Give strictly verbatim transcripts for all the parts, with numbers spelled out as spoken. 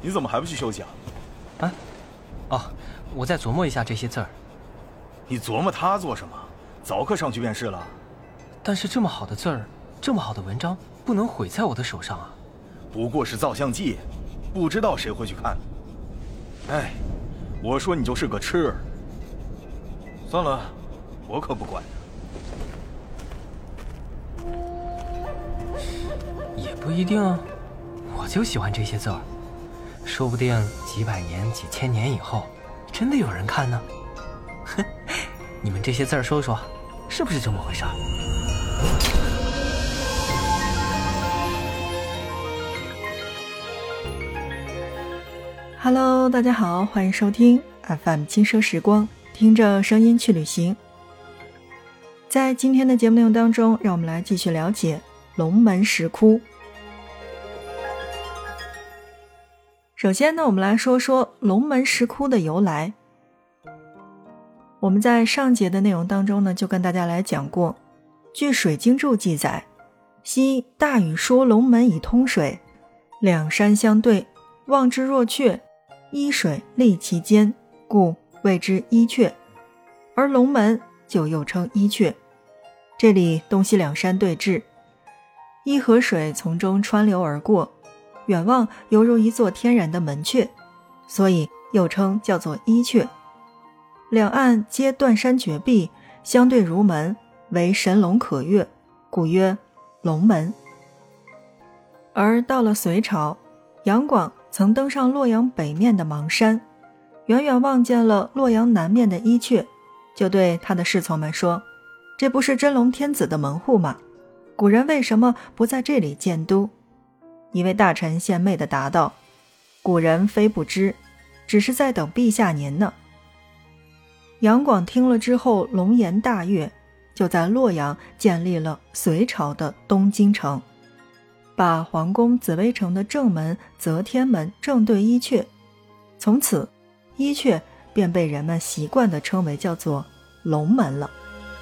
你怎么还不去休息啊？ 啊？哦，我再琢磨一下这些字儿。 你琢磨它做什么？早课上去便是了。 但是这么好的字儿，这么好的文章，不能毁在我的手上啊。 不过是照相记，不知道谁会去看。哎，我说你就是个痴儿。算了，我可不管。 也不一定，我就喜欢这些字儿，说不定几百年、几千年以后，真的有人看呢。哼，你们这些字儿说说，是不是这么回事儿 ？Hello， 大家好，欢迎收听 F M 轻奢时光，听着声音去旅行。在今天的节目内容当中，让我们来继续了解龙门石窟。首先呢，我们来说说龙门石窟的由来。我们在上节的内容当中呢，就跟大家来讲过，据水经注记载，昔大禹说龙门以通水，两山相对，望之若阙，依水立其间，故谓之伊阙，而龙门就又称伊阙。这里东西两山对峙，伊河水从中穿流而过，远望犹如一座天然的门阙，所以又称叫做伊阙。两岸皆断山绝壁，相对如门，为神龙可阅，故曰龙门。而到了隋朝，杨广曾登上洛阳北面的邙山，远远望见了洛阳南面的伊阙，就对他的侍从们说，这不是真龙天子的门户吗？古人为什么不在这里建都？一位大臣献媚地答道，古人非不知，只是在等陛下您呢。杨广听了之后龙颜大悦，就在洛阳建立了隋朝的东京城，把皇宫紫微城的正门则天门正对伊阙，从此伊阙便被人们习惯地称为叫做龙门了。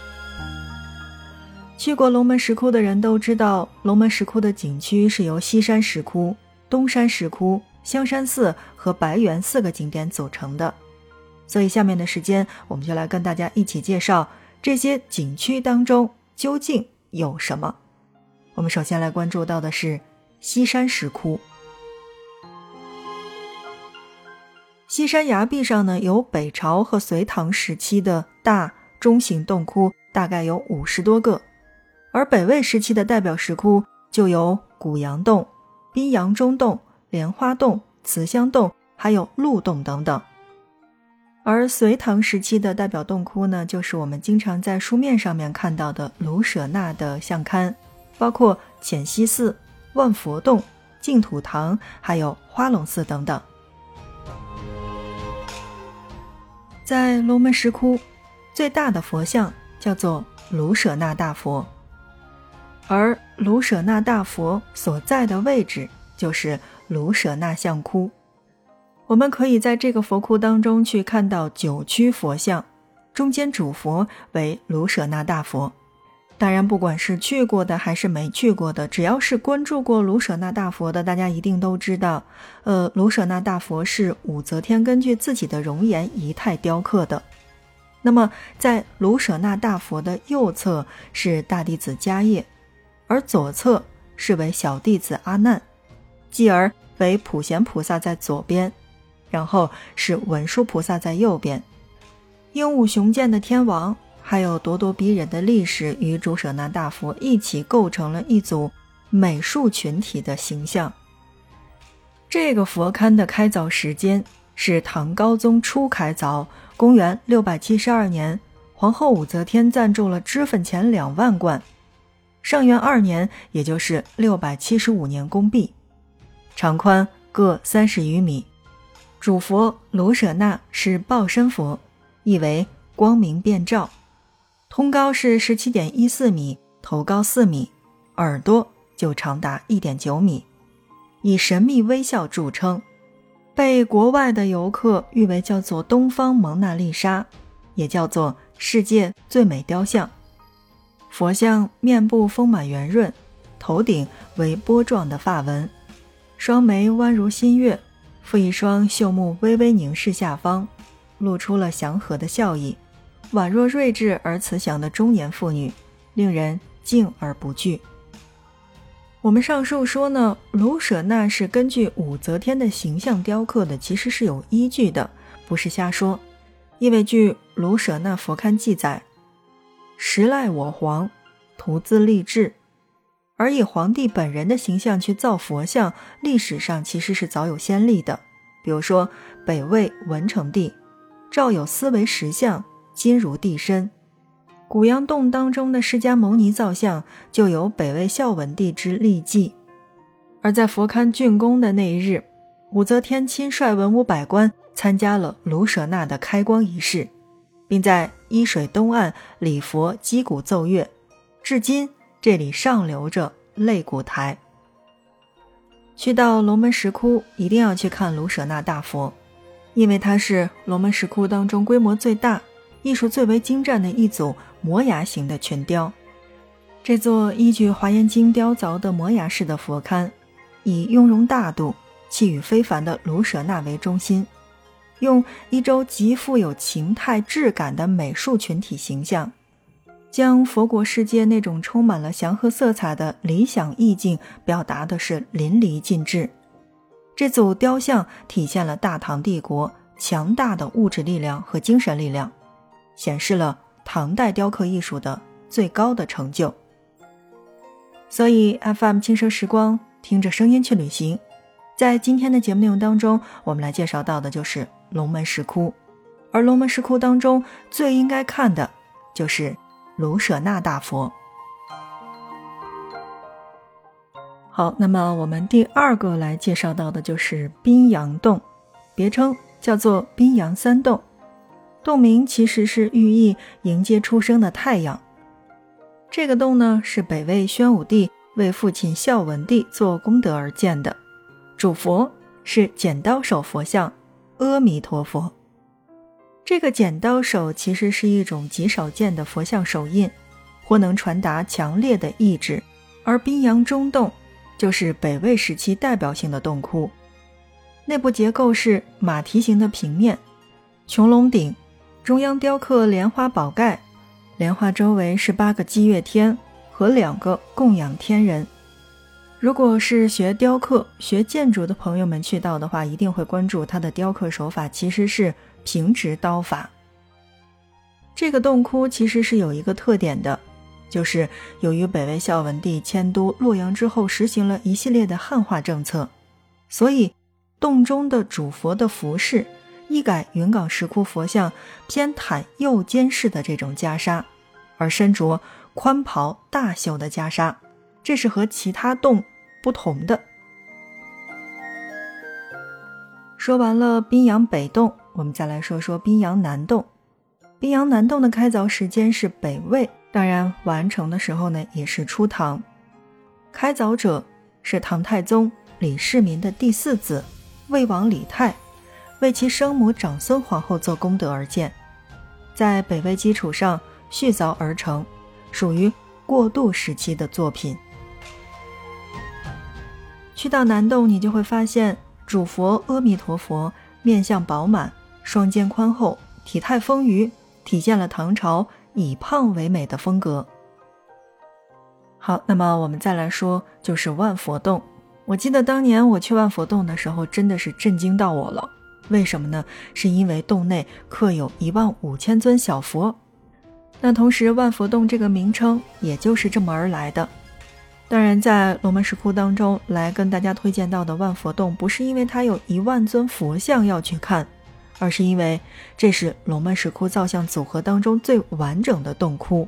去过龙门石窟的人都知道，龙门石窟的景区是由西山石窟、东山石窟、香山寺和白猿四个景点组成的。所以下面的时间，我们就来跟大家一起介绍这些景区当中究竟有什么。我们首先来关注到的是西山石窟。西山崖壁上呢，有北朝和隋唐时期的大、中型洞窟，大概有五十多个。而北魏时期的代表石窟就有古阳洞、逼阳中洞、莲花洞、慈香洞，还有鹿洞等等。而隋唐时期的代表洞窟呢，就是我们经常在书面上面看到的卢舍那的像龛，包括潜西寺、万佛洞、净土堂，还有花龙寺等等。在龙门石窟，最大的佛像叫做卢舍那大佛，而卢舍那大佛所在的位置就是卢舍那像窟。我们可以在这个佛窟当中去看到九曲佛像，中间主佛为卢舍那大佛。当然不管是去过的还是没去过的，只要是关注过卢舍那大佛的，大家一定都知道，呃，卢舍那大佛是武则天根据自己的容颜仪态雕刻的。那么在卢舍那大佛的右侧是大弟子迦叶，而左侧是为小弟子阿难，继而为普贤菩萨在左边，然后是文殊菩萨在右边。英武雄健的天王还有咄咄逼人的力士与主舍那大佛一起构成了一组美术群体的形象。这个佛龛的开凿时间是唐高宗初开凿，公元六百七十二年，皇后武则天赞助了脂粉钱两万贯，上元二年，也就是六百七十五年公毕，长宽各三十余米。主佛卢舍那是报身佛，意为光明遍照，通高是 十七点一四米，头高四米，耳朵就长达 一点九米，以神秘微笑著称，被国外的游客誉为叫做东方蒙娜丽莎，也叫做世界最美雕像。佛像面部丰满圆润，头顶为波状的发纹，双眉弯如新月， 附一双秀目微微凝视下方，露出了祥和的笑意，宛若睿智而慈祥的中年妇女，令人敬而不惧。我们上述说呢，卢舍那是根据武则天的形象雕刻的，其实是有依据的，不是瞎说。因为据卢舍那佛龛记载，时赖我皇，图自立志，而以皇帝本人的形象去造佛像，历史上其实是早有先例的。比如说北魏文成帝赵有思为石像，金如地身。古阳洞当中的释迦牟尼造像就有北魏孝文帝之立迹。而在佛龛竣工的那一日，武则天亲率文武百官参加了卢舍那的开光仪式，并在依水东岸礼佛击鼓奏乐，至今这里尚留着肋骨台。去到龙门石窟一定要去看卢舍那大佛，因为它是龙门石窟当中规模最大、艺术最为精湛的一组摩崖形的群雕。这座依据华严经雕凿的摩崖式的佛龛，以雍容大度、气宇非凡的卢舍那为中心，用一周极富有情态质感的美术群体形象，将佛国世界那种充满了祥和色彩的理想意境表达的是淋漓尽致。这组雕像体现了大唐帝国强大的物质力量和精神力量，显示了唐代雕刻艺术的最高的成就。所以 F M 轻奢时光，听着声音去旅行。在今天的节目内容当中，我们来介绍到的就是龙门石窟，而龙门石窟当中最应该看的就是卢舍那大佛。好，那么我们第二个来介绍到的就是宾阳洞，别称叫做宾阳三洞，洞名其实是寓意迎接出生的太阳。这个洞呢，是北魏宣武帝为父亲孝文帝做功德而建的，主佛是剪刀手佛像阿弥陀佛。这个剪刀手其实是一种极少见的佛像手印，或能传达强烈的意志。而宾阳中洞就是北魏时期代表性的洞窟，内部结构是马蹄形的平面，穹隆顶，中央雕刻莲花宝盖，莲花周围是八个击月天和两个供养天人。如果是学雕刻、学建筑的朋友们去到的话，一定会关注它的雕刻手法其实是平直刀法。这个洞窟其实是有一个特点的，就是由于北魏孝文帝迁都洛阳之后实行了一系列的汉化政策，所以洞中的主佛的服饰一改云冈石窟佛像偏袒右肩式的这种袈裟，而身着宽袍大袖的袈裟，这是和其他洞不同的。说完了宾阳北洞，我们再来说说宾阳南洞。宾阳南洞的开凿时间是北魏，当然完成的时候呢也是初唐。开凿者是唐太宗李世民的第四子魏王李泰，为其生母长孙皇后做功德而建，在北魏基础上续凿而成，属于过渡时期的作品。去到南洞，你就会发现主佛阿弥陀佛面相饱满，双肩宽厚，体态丰腴，体现了唐朝以胖为美的风格。好，那么我们再来说就是万佛洞。我记得当年我去万佛洞的时候，真的是震惊到我了。为什么呢？是因为洞内刻有一万五千尊小佛。那同时万佛洞这个名称也就是这么而来的。当然在龙门石窟当中来跟大家推荐到的万佛洞，不是因为它有一万尊佛像要去看，而是因为这是龙门石窟造像组合当中最完整的洞窟。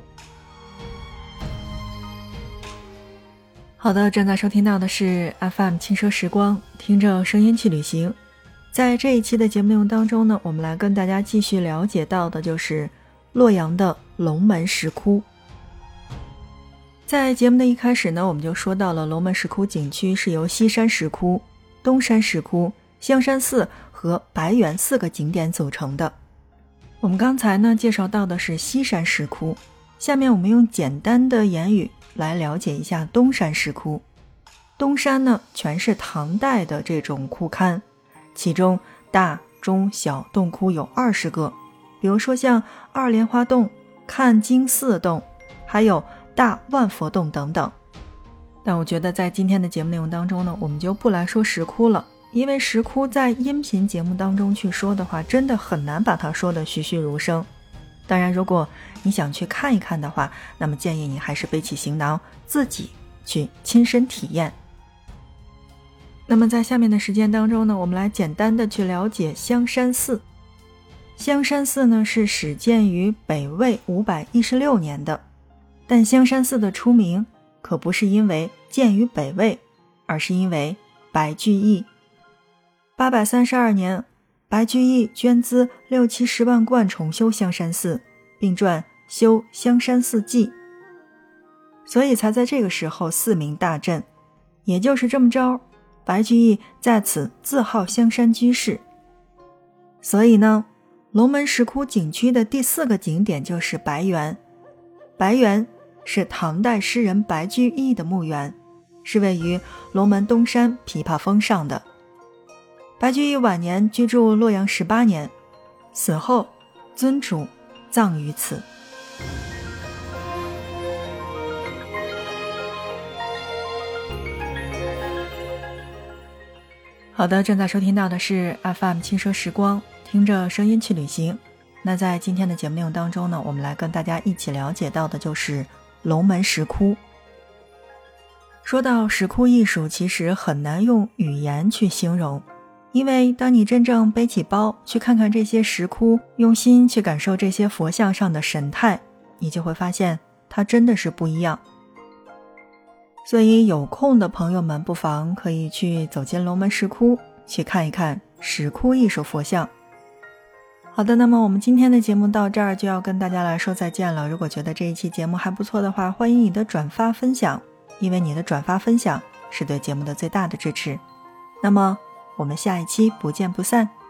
好的，正在收听到的是 F M 轻奢时光，听着声音去旅行。在这一期的节目内容当中呢，我们来跟大家继续了解到的就是洛阳的龙门石窟。在节目的一开始呢，我们就说到了龙门石窟景区是由西山石窟、东山石窟、香山寺和白猿四个景点组成的。我们刚才呢介绍到的是西山石窟，下面我们用简单的言语来了解一下东山石窟。东山呢全是唐代的这种窟龛， 其中大、中、小洞窟有二十个，比如说像二莲花洞、看经寺洞，还有大万佛洞等等。但我觉得在今天的节目内容当中呢，我们就不来说石窟了，因为石窟在音频节目当中去说的话，真的很难把它说得栩栩如生。当然如果你想去看一看的话，那么建议你还是背起行囊，自己去亲身体验。那么在下面的时间当中呢，我们来简单的去了解香山寺。香山寺呢是始建于北魏五百一十六年的，但香山寺的出名可不是因为建于北魏，而是因为白居易。八百三十二年，白居易捐资六七十万贯重修香山寺，并撰《修香山寺记》，所以才在这个时候寺名大振。也就是这么着，白居易在此自号香山居士。所以呢，龙门石窟景区的第四个景点就是白园。白园是唐代诗人白居易的墓园，是位于龙门东山琵琶峰上的。白居易晚年居住洛阳十八年，死后尊主葬于此。好的，正在收听到的是 F M 轻奢时光，听着声音去旅行。那在今天的节目内容当中呢，我们来跟大家一起了解到的就是龙门石窟。说到石窟艺术，其实很难用语言去形容，因为当你真正背起包去看看这些石窟，用心去感受这些佛像上的神态，你就会发现它真的是不一样。所以有空的朋友们不妨可以去走进龙门石窟，去看一看石窟艺术佛像。好的，那么我们今天的节目到这儿就要跟大家来说再见了。如果觉得这一期节目还不错的话，欢迎你的转发分享，因为你的转发分享是对节目的最大的支持。那么我们下一期不见不散。